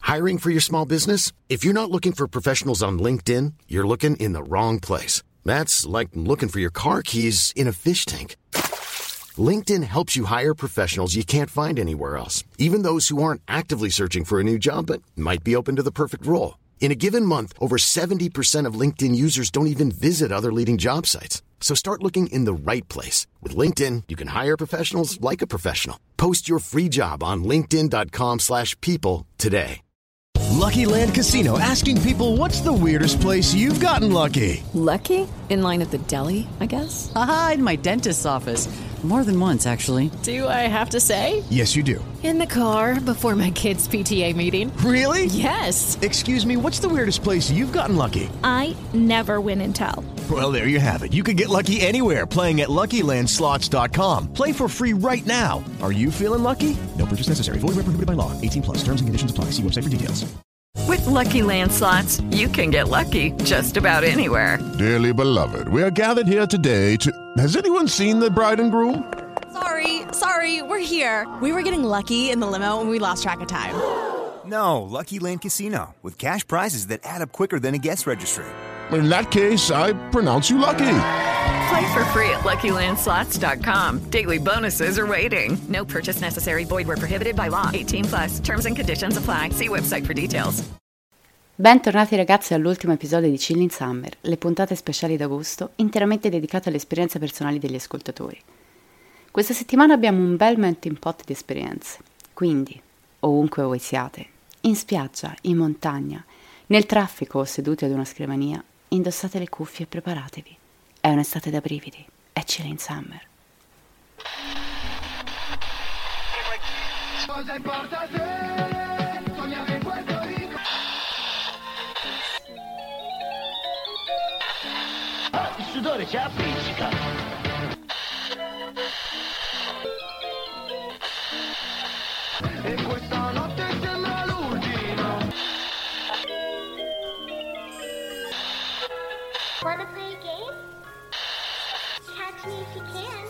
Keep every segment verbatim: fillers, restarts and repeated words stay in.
Hiring for your small business? If you're not looking for professionals on LinkedIn, you're looking in the wrong place. That's like looking for your car keys in a fish tank. LinkedIn helps you hire professionals you can't find anywhere else, even those who aren't actively searching for a new job but might be open to the perfect role. In a given month, over seventy percent of LinkedIn users don't even visit other leading job sites. So start looking in the right place. With LinkedIn, you can hire professionals like a professional. Post your free job on linkedin.com slash people today. Lucky Land Casino, asking people, what's the weirdest place you've gotten lucky? Lucky? In line at the deli, I guess? Aha, in my dentist's office. More than once, actually. Do I have to say? Yes, you do. In the car before my kids' P T A meeting. Really? Yes. Excuse me, what's the weirdest place you've gotten lucky? I never win and tell. Well, there you have it. You can get lucky anywhere, playing at Lucky Land Slots dot com. Play for free right now. Are you feeling lucky? No purchase necessary. Void where prohibited by law. eighteen plus. Terms and conditions apply. See website for details. With Lucky Land Slots, you can get lucky just about anywhere. Dearly beloved, we are gathered here today to... Has anyone seen the bride and groom? Sorry, sorry, we're here. We were getting lucky in the limo and we lost track of time. No, Lucky Land Casino, with cash prizes that add up quicker than a guest registry. In that case, I pronounce you lucky. Play for free at Lucky Land Slots dot com. Daily bonuses are waiting. No purchase necessary. Void where prohibited by law. eighteen plus. Terms and conditions apply. See website for details. Bentornati ragazzi all'ultimo episodio di Chilling Summer, le puntate speciali d'agosto interamente dedicate alle esperienze personali degli ascoltatori. Questa settimana abbiamo un bel melting pot di esperienze, quindi, ovunque voi siate, in spiaggia, in montagna, nel traffico o seduti ad una scrivania, indossate le cuffie e preparatevi. È un'estate da brividi, è Chilling Summer. Cosa importa a te? Sognare in Puerto Rico. Ah, il sudore ci appiccica. E questa notte sembra l'ultima. Wanna play a game? Catch me if you can.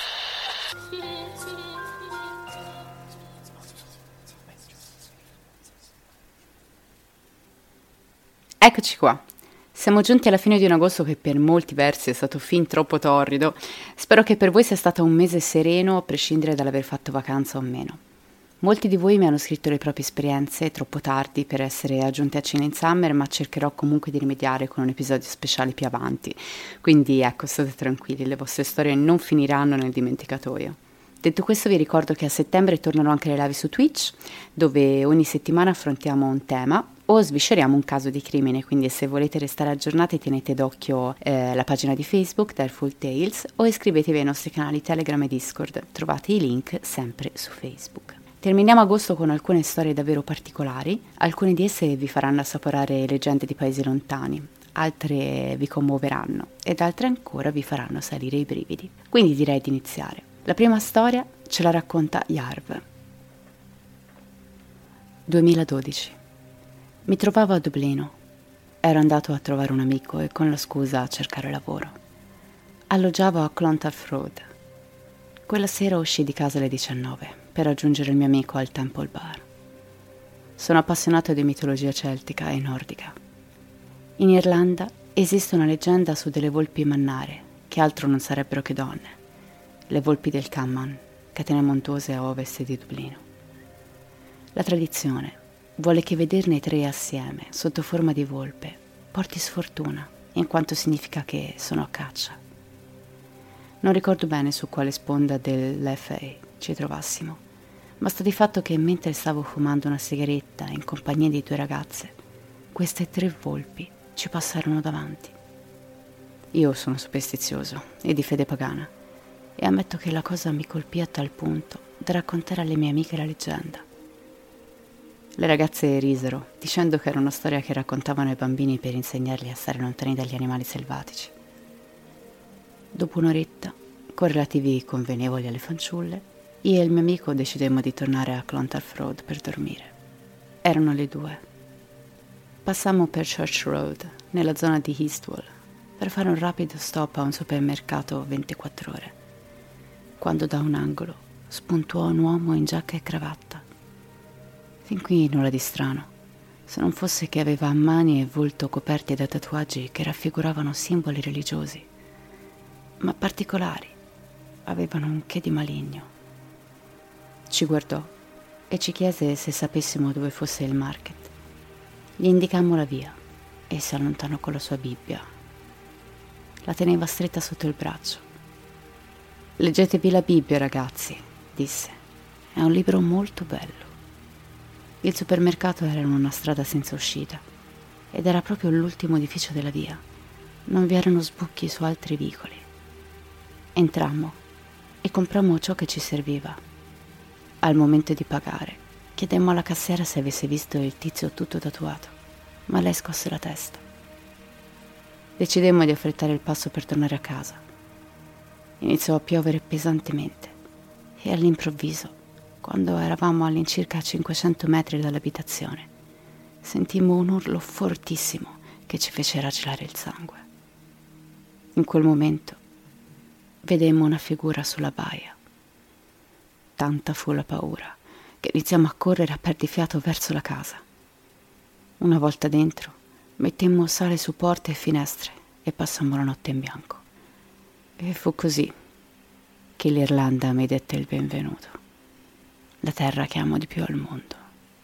Eccoci qua. Siamo giunti alla fine di un agosto che per molti versi è stato fin troppo torrido. Spero che per voi sia stato un mese sereno, a prescindere dall'aver fatto vacanza o meno. Molti di voi mi hanno scritto le proprie esperienze troppo tardi per essere aggiunte a Chilling Summer, ma cercherò comunque di rimediare con un episodio speciale più avanti. Quindi ecco, state tranquilli, le vostre storie non finiranno nel dimenticatoio. Detto questo, vi ricordo che a settembre tornano anche le live su Twitch, dove ogni settimana affrontiamo un tema o svisceriamo un caso di crimine, quindi se volete restare aggiornati tenete d'occhio eh, la pagina di Facebook Dareful Tales o iscrivetevi ai nostri canali Telegram e Discord, trovate i link sempre su Facebook. Terminiamo agosto con alcune storie davvero particolari, alcune di esse vi faranno assaporare leggende di paesi lontani, altre vi commuoveranno ed altre ancora vi faranno salire i brividi. Quindi direi di iniziare. La prima storia ce la racconta Yarv. duemiladodici. Mi trovavo a Dublino. Ero andato a trovare un amico e con la scusa a cercare lavoro. Alloggiavo a Clontarf Road. Quella sera uscii di casa alle diciannove per raggiungere il mio amico al Temple Bar. Sono appassionato di mitologia celtica e nordica. In Irlanda esiste una leggenda su delle volpi mannare, che altro non sarebbero che donne. Le volpi del Camman, catene montuose a ovest di Dublino. La tradizione vuole che vederne tre assieme, sotto forma di volpe, porti sfortuna, in quanto significa che sono a caccia. Non ricordo bene su quale sponda dell'F A ci trovassimo, ma sta di fatto che mentre stavo fumando una sigaretta in compagnia di due ragazze, queste tre volpi ci passarono davanti. Io sono superstizioso e di fede pagana, e ammetto che la cosa mi colpì a tal punto da raccontare alle mie amiche la leggenda. Le ragazze risero, dicendo che era una storia che raccontavano ai bambini per insegnarli a stare lontani dagli animali selvatici. Dopo un'oretta, con relativi convenevoli alle fanciulle, io e il mio amico decidemmo di tornare a Clontarf Road per dormire. Erano le due. Passammo per Church Road, nella zona di Eastwall, per fare un rapido stop a un supermercato ventiquattro ore, quando da un angolo spuntò un uomo in giacca e cravatta. Fin qui nulla di strano, se non fosse che aveva mani e volto coperti da tatuaggi che raffiguravano simboli religiosi, ma particolari, avevano un che di maligno. Ci guardò e ci chiese se sapessimo dove fosse il market. Gli indicammo la via e si allontanò con la sua Bibbia. La teneva stretta sotto il braccio. «Leggetevi la Bibbia, ragazzi», disse. «È un libro molto bello». Il supermercato era in una strada senza uscita ed era proprio l'ultimo edificio della via. Non vi erano sbocchi su altri vicoli. Entrammo e comprammo ciò che ci serviva. Al momento di pagare, chiedemmo alla cassiera se avesse visto il tizio tutto tatuato, ma lei scosse la testa. Decidemmo di affrettare il passo per tornare a casa. Iniziò a piovere pesantemente e all'improvviso, quando eravamo all'incirca a cinquecento metri dall'abitazione, sentimmo un urlo fortissimo che ci fece ragelare il sangue. In quel momento vedemmo una figura sulla baia. Tanta fu la paura che iniziamo a correre a perdifiato verso la casa. Una volta dentro, mettemmo sale su porte e finestre e passammo la notte in bianco. E fu così che l'Irlanda mi dette il benvenuto. La terra che amo di più al mondo.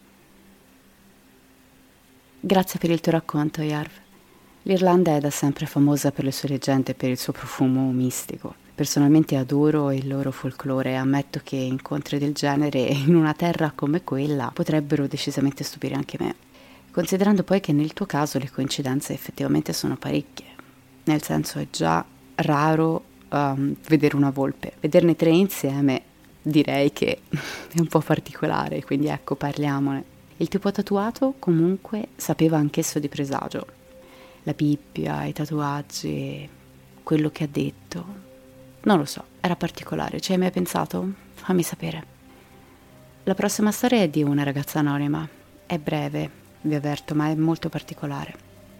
Grazie per il tuo racconto, Yarv. L'Irlanda è da sempre famosa per le sue leggende e per il suo profumo mistico. Personalmente adoro il loro folklore e ammetto che incontri del genere in una terra come quella potrebbero decisamente stupire anche me. Considerando poi che nel tuo caso le coincidenze effettivamente sono parecchie. Nel senso, è già raro um, vedere una volpe. Vederne tre insieme direi che è un po' particolare, quindi ecco, parliamone. Il tipo tatuato comunque sapeva anch'esso di presagio. La Bibbia, i tatuaggi, quello che ha detto, non lo so, era particolare. Ci hai mai pensato? Fammi sapere. La prossima storia è di una ragazza anonima. È breve, vi avverto, ma è molto particolare.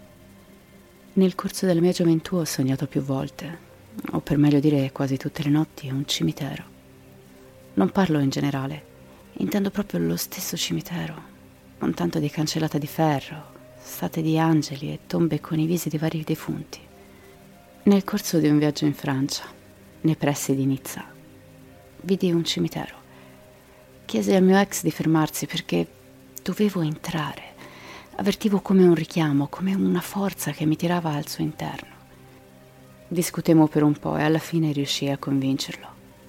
Nel corso della mia gioventù ho sognato più volte, o per meglio dire quasi tutte le notti, un cimitero. Non parlo in generale, intendo proprio lo stesso cimitero, non tanto di cancellata di ferro, state di angeli e tombe con i visi di vari defunti. Nel corso di un viaggio in Francia, nei pressi di Nizza, vidi un cimitero. Chiesi al mio ex di fermarsi perché dovevo entrare. Avvertivo come un richiamo, come una forza che mi tirava al suo interno. Discutemmo per un po' e alla fine riuscii a convincerlo.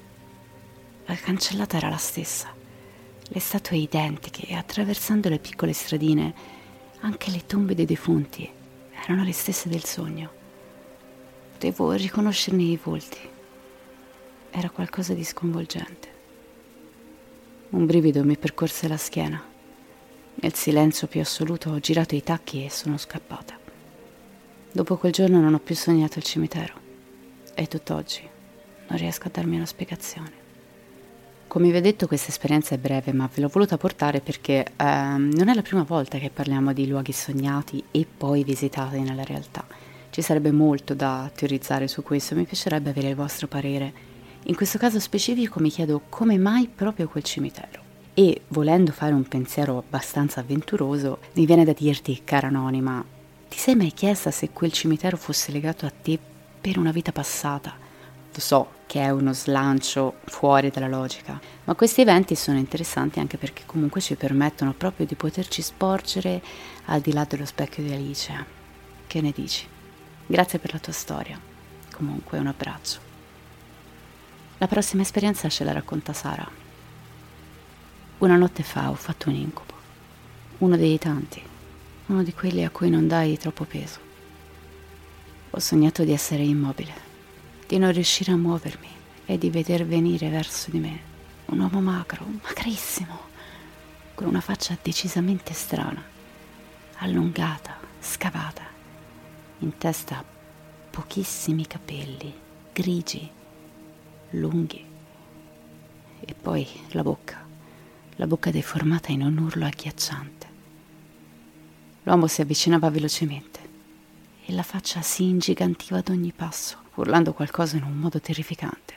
La cancellata era la stessa, le statue identiche e attraversando le piccole stradine anche le tombe dei defunti erano le stesse del sogno. Potevo riconoscerne i volti. Era qualcosa di sconvolgente. Un brivido mi percorse la schiena. Nel silenzio più assoluto ho girato i tacchi e sono scappata. Dopo quel giorno non ho più sognato il cimitero e tutt'oggi non riesco a darmi una spiegazione. Come vi ho detto, questa esperienza è breve, ma ve l'ho voluta portare perché eh, non è la prima volta che parliamo di luoghi sognati e poi visitati nella realtà. Ci sarebbe molto da teorizzare su questo, mi piacerebbe avere il vostro parere. In questo caso specifico mi chiedo come mai proprio quel cimitero. E, volendo fare un pensiero abbastanza avventuroso, mi viene da dirti, cara anonima, ti sei mai chiesta se quel cimitero fosse legato a te per una vita passata? Lo so che è uno slancio fuori dalla logica, ma questi eventi sono interessanti anche perché comunque ci permettono proprio di poterci sporgere al di là dello specchio di Alice. Che ne dici? Grazie per la tua storia. Comunque un abbraccio. La prossima esperienza ce la racconta Sara. Una notte fa ho fatto un incubo, uno dei tanti, uno di quelli a cui non dai troppo peso. Ho sognato di essere immobile, di non riuscire a muovermi e di veder venire verso di me un uomo magro, magrissimo, con una faccia decisamente strana, allungata, scavata, in testa pochissimi capelli, grigi, lunghi, e poi la bocca, la bocca deformata in un urlo agghiacciante. L'uomo si avvicinava velocemente e la faccia si ingigantiva ad ogni passo, urlando qualcosa in un modo terrificante.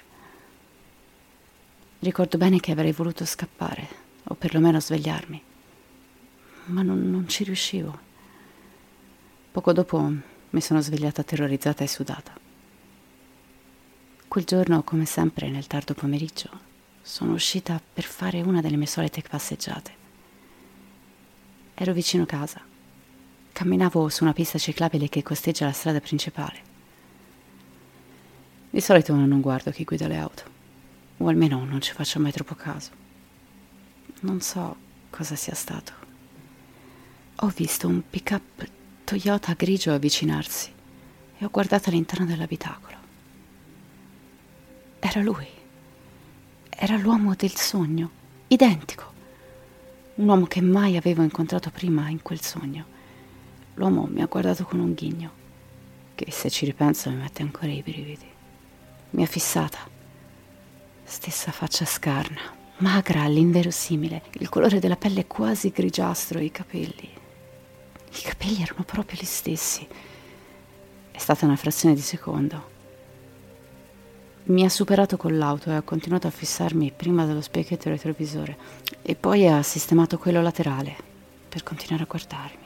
Ricordo bene che avrei voluto scappare, o perlomeno svegliarmi, ma non, non ci riuscivo. Poco dopo mi sono svegliata terrorizzata e sudata. Quel giorno, come sempre, nel tardo pomeriggio, sono uscita per fare una delle mie solite passeggiate. Ero vicino casa. Camminavo su una pista ciclabile che costeggia la strada principale. Di solito non guardo chi guida le auto, o almeno non ci faccio mai troppo caso. Non so cosa sia stato. Ho visto un pick-up Toyota grigio avvicinarsi e ho guardato all'interno dell'abitacolo. Era lui. Era l'uomo del sogno, identico. Un uomo che mai avevo incontrato prima in quel sogno. L'uomo mi ha guardato con un ghigno, che se ci ripenso mi mette ancora i brividi. Mi ha fissata. Stessa faccia scarna, magra all'inverosimile, il colore della pelle quasi grigiastro e i capelli. I capelli erano proprio gli stessi. È stata una frazione di secondo. Mi ha superato con l'auto e ha continuato a fissarmi prima dello specchietto retrovisore e poi ha sistemato quello laterale per continuare a guardarmi.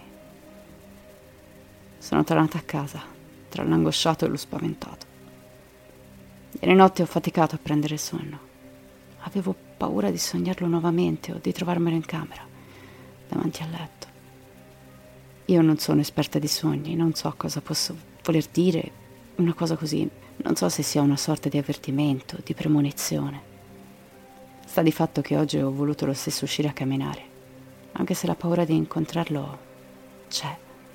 Sono tornata a casa, tra l'angosciato e lo spaventato. Ieri notte ho faticato a prendere sonno. Avevo paura di sognarlo nuovamente o di trovarmelo in camera, davanti al letto. Io non sono esperta di sogni, non so cosa posso voler dire una cosa così. Non so se sia una sorta di avvertimento, di premonizione. Sta di fatto che oggi ho voluto lo stesso uscire a camminare, anche se la paura di incontrarlo c'è.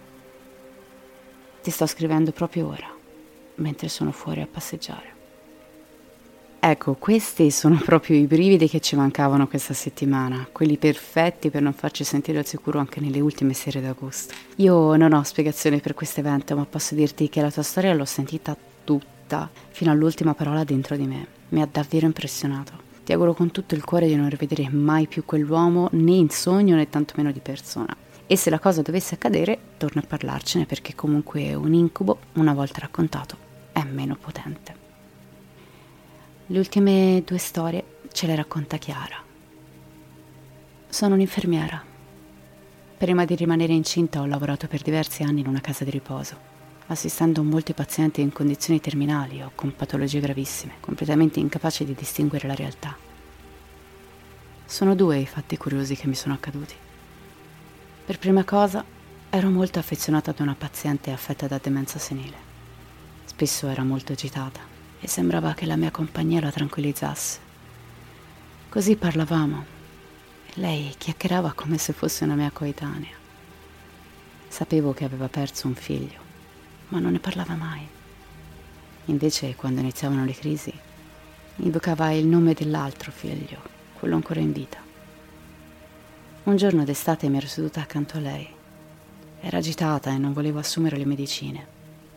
Ti sto scrivendo proprio ora, mentre sono fuori a passeggiare. Ecco, questi sono proprio i brividi che ci mancavano questa settimana, quelli perfetti per non farci sentire al sicuro anche nelle ultime sere d'agosto. Io non ho spiegazioni per questo evento, ma posso dirti che la tua storia l'ho sentita tutta, fino all'ultima parola dentro di me. Mi ha davvero impressionato. Ti auguro con tutto il cuore di non rivedere mai più quell'uomo, né in sogno né tantomeno di persona. E se la cosa dovesse accadere, torna a parlarcene, perché comunque un incubo, una volta raccontato, è meno potente. Le ultime due storie ce le racconta Chiara. Sono un'infermiera. Prima di rimanere incinta ho lavorato per diversi anni in una casa di riposo, assistendo molti pazienti in condizioni terminali o con patologie gravissime, completamente incapaci di distinguere la realtà. Sono due i fatti curiosi che mi sono accaduti. Per prima cosa, ero molto affezionata ad una paziente affetta da demenza senile. Spesso era molto agitata e sembrava che la mia compagnia la tranquillizzasse. Così parlavamo e lei chiacchierava come se fosse una mia coetanea. Sapevo che aveva perso un figlio, ma non ne parlava mai. Invece, quando iniziavano le crisi, invocava il nome dell'altro figlio, quello ancora in vita. Un giorno d'estate mi ero seduta accanto a lei. Era agitata e non volevo assumere le medicine.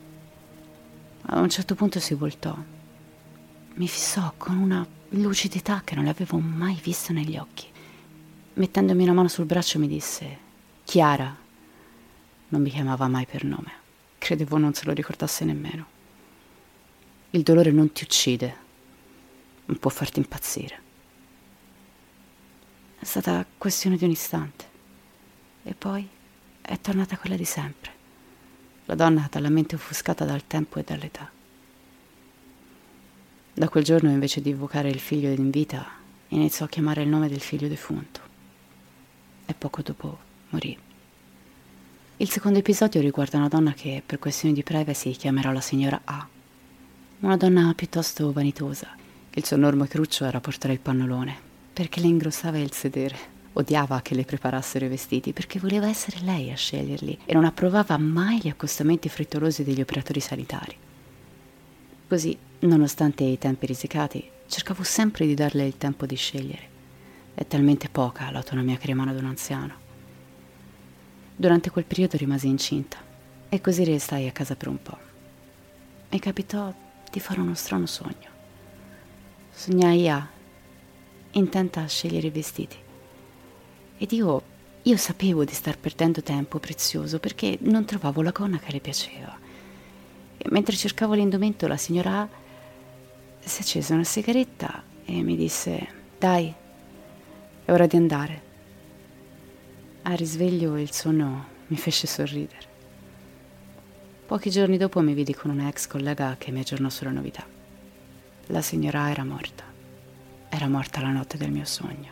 A un certo punto si voltò. Mi fissò con una lucidità che non le avevo mai visto negli occhi. Mettendomi una mano sul braccio mi disse: Chiara. Non mi chiamava mai per nome. Credevo non se lo ricordasse nemmeno. Il dolore non ti uccide, non può farti impazzire. È stata questione di un istante. E poi è tornata quella di sempre. La donna talmente offuscata dal tempo e dall'età. Da quel giorno, invece di invocare il figlio in vita, iniziò a chiamare il nome del figlio defunto. E poco dopo morì. Il secondo episodio riguarda una donna che, per questioni di privacy, chiamerò la signora A. Una donna piuttosto vanitosa. Il suo enorme cruccio era portare il pannolone, perché le ingrossava il sedere. Odiava che le preparassero i vestiti, perché voleva essere lei a sceglierli e non approvava mai gli accostamenti frettolosi degli operatori sanitari. Così, nonostante i tempi risicati, cercavo sempre di darle il tempo di scegliere. È talmente poca l'autonomia che rimane ad un anziano. Durante quel periodo rimasi incinta e così restai a casa per un po'. Mi capitò di fare uno strano sogno. Sognai A, intenta a scegliere i vestiti. Ed io, io sapevo di star perdendo tempo prezioso perché non trovavo la gonna che le piaceva. E mentre cercavo l'indumento, la signora A si accese una sigaretta e mi disse: dai, è ora di andare. Al risveglio il sonno mi fece sorridere. Pochi giorni dopo mi vidi con una ex collega che mi aggiornò sulla novità. La signora era morta. Era morta la notte del mio sogno.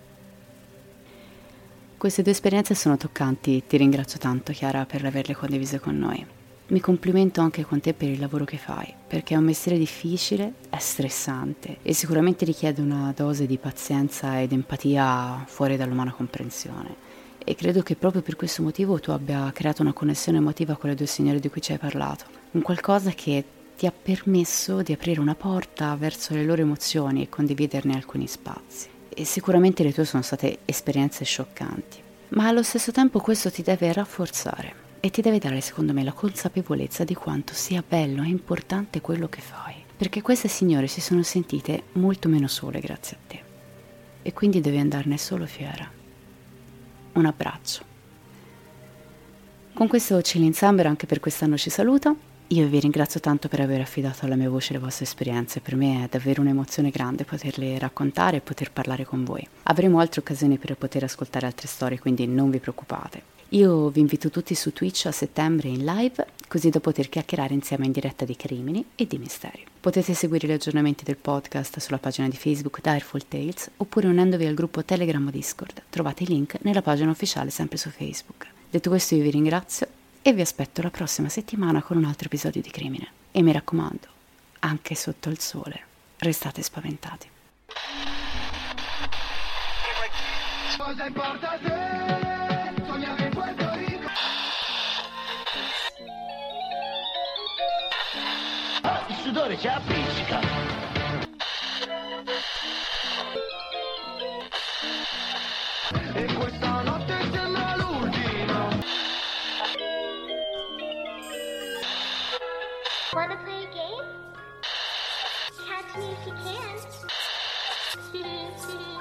Queste due esperienze sono toccanti, ti ringrazio tanto Chiara per averle condivise con noi. Mi complimento anche con te per il lavoro che fai, perché è un mestiere difficile, è stressante e sicuramente richiede una dose di pazienza ed empatia fuori dall'umana comprensione. E credo che proprio per questo motivo tu abbia creato una connessione emotiva con le due signore di cui ci hai parlato, un qualcosa che ti ha permesso di aprire una porta verso le loro emozioni e condividerne alcuni spazi. E sicuramente le tue sono state esperienze scioccanti, ma allo stesso tempo questo ti deve rafforzare. E ti deve dare, secondo me, la consapevolezza di quanto sia bello e importante quello che fai. Perché queste signore si sono sentite molto meno sole grazie a te. E quindi devi andarne solo fiera. Un abbraccio. Con questo Chilling Summer anche per quest'anno ci saluta. Io vi ringrazio tanto per aver affidato alla mia voce le vostre esperienze. Per me è davvero un'emozione grande poterle raccontare e poter parlare con voi. Avremo altre occasioni per poter ascoltare altre storie, quindi non vi preoccupate. Io vi invito tutti su Twitch a settembre in live, così da poter chiacchierare insieme in diretta di crimini e di misteri. Potete seguire gli aggiornamenti del podcast sulla pagina di Facebook Direful Tales oppure unendovi al gruppo Telegram o Discord. Trovate i link nella pagina ufficiale sempre su Facebook. Detto questo io vi ringrazio e vi aspetto la prossima settimana con un altro episodio di Crimine. E mi raccomando, anche sotto il sole, restate spaventati. Cosa importa se sognavi in Puerto Rico? Ah, il sudore ci appiccica. E questa notte sembra l'ultima. Wanna play a game? Catch me if you can.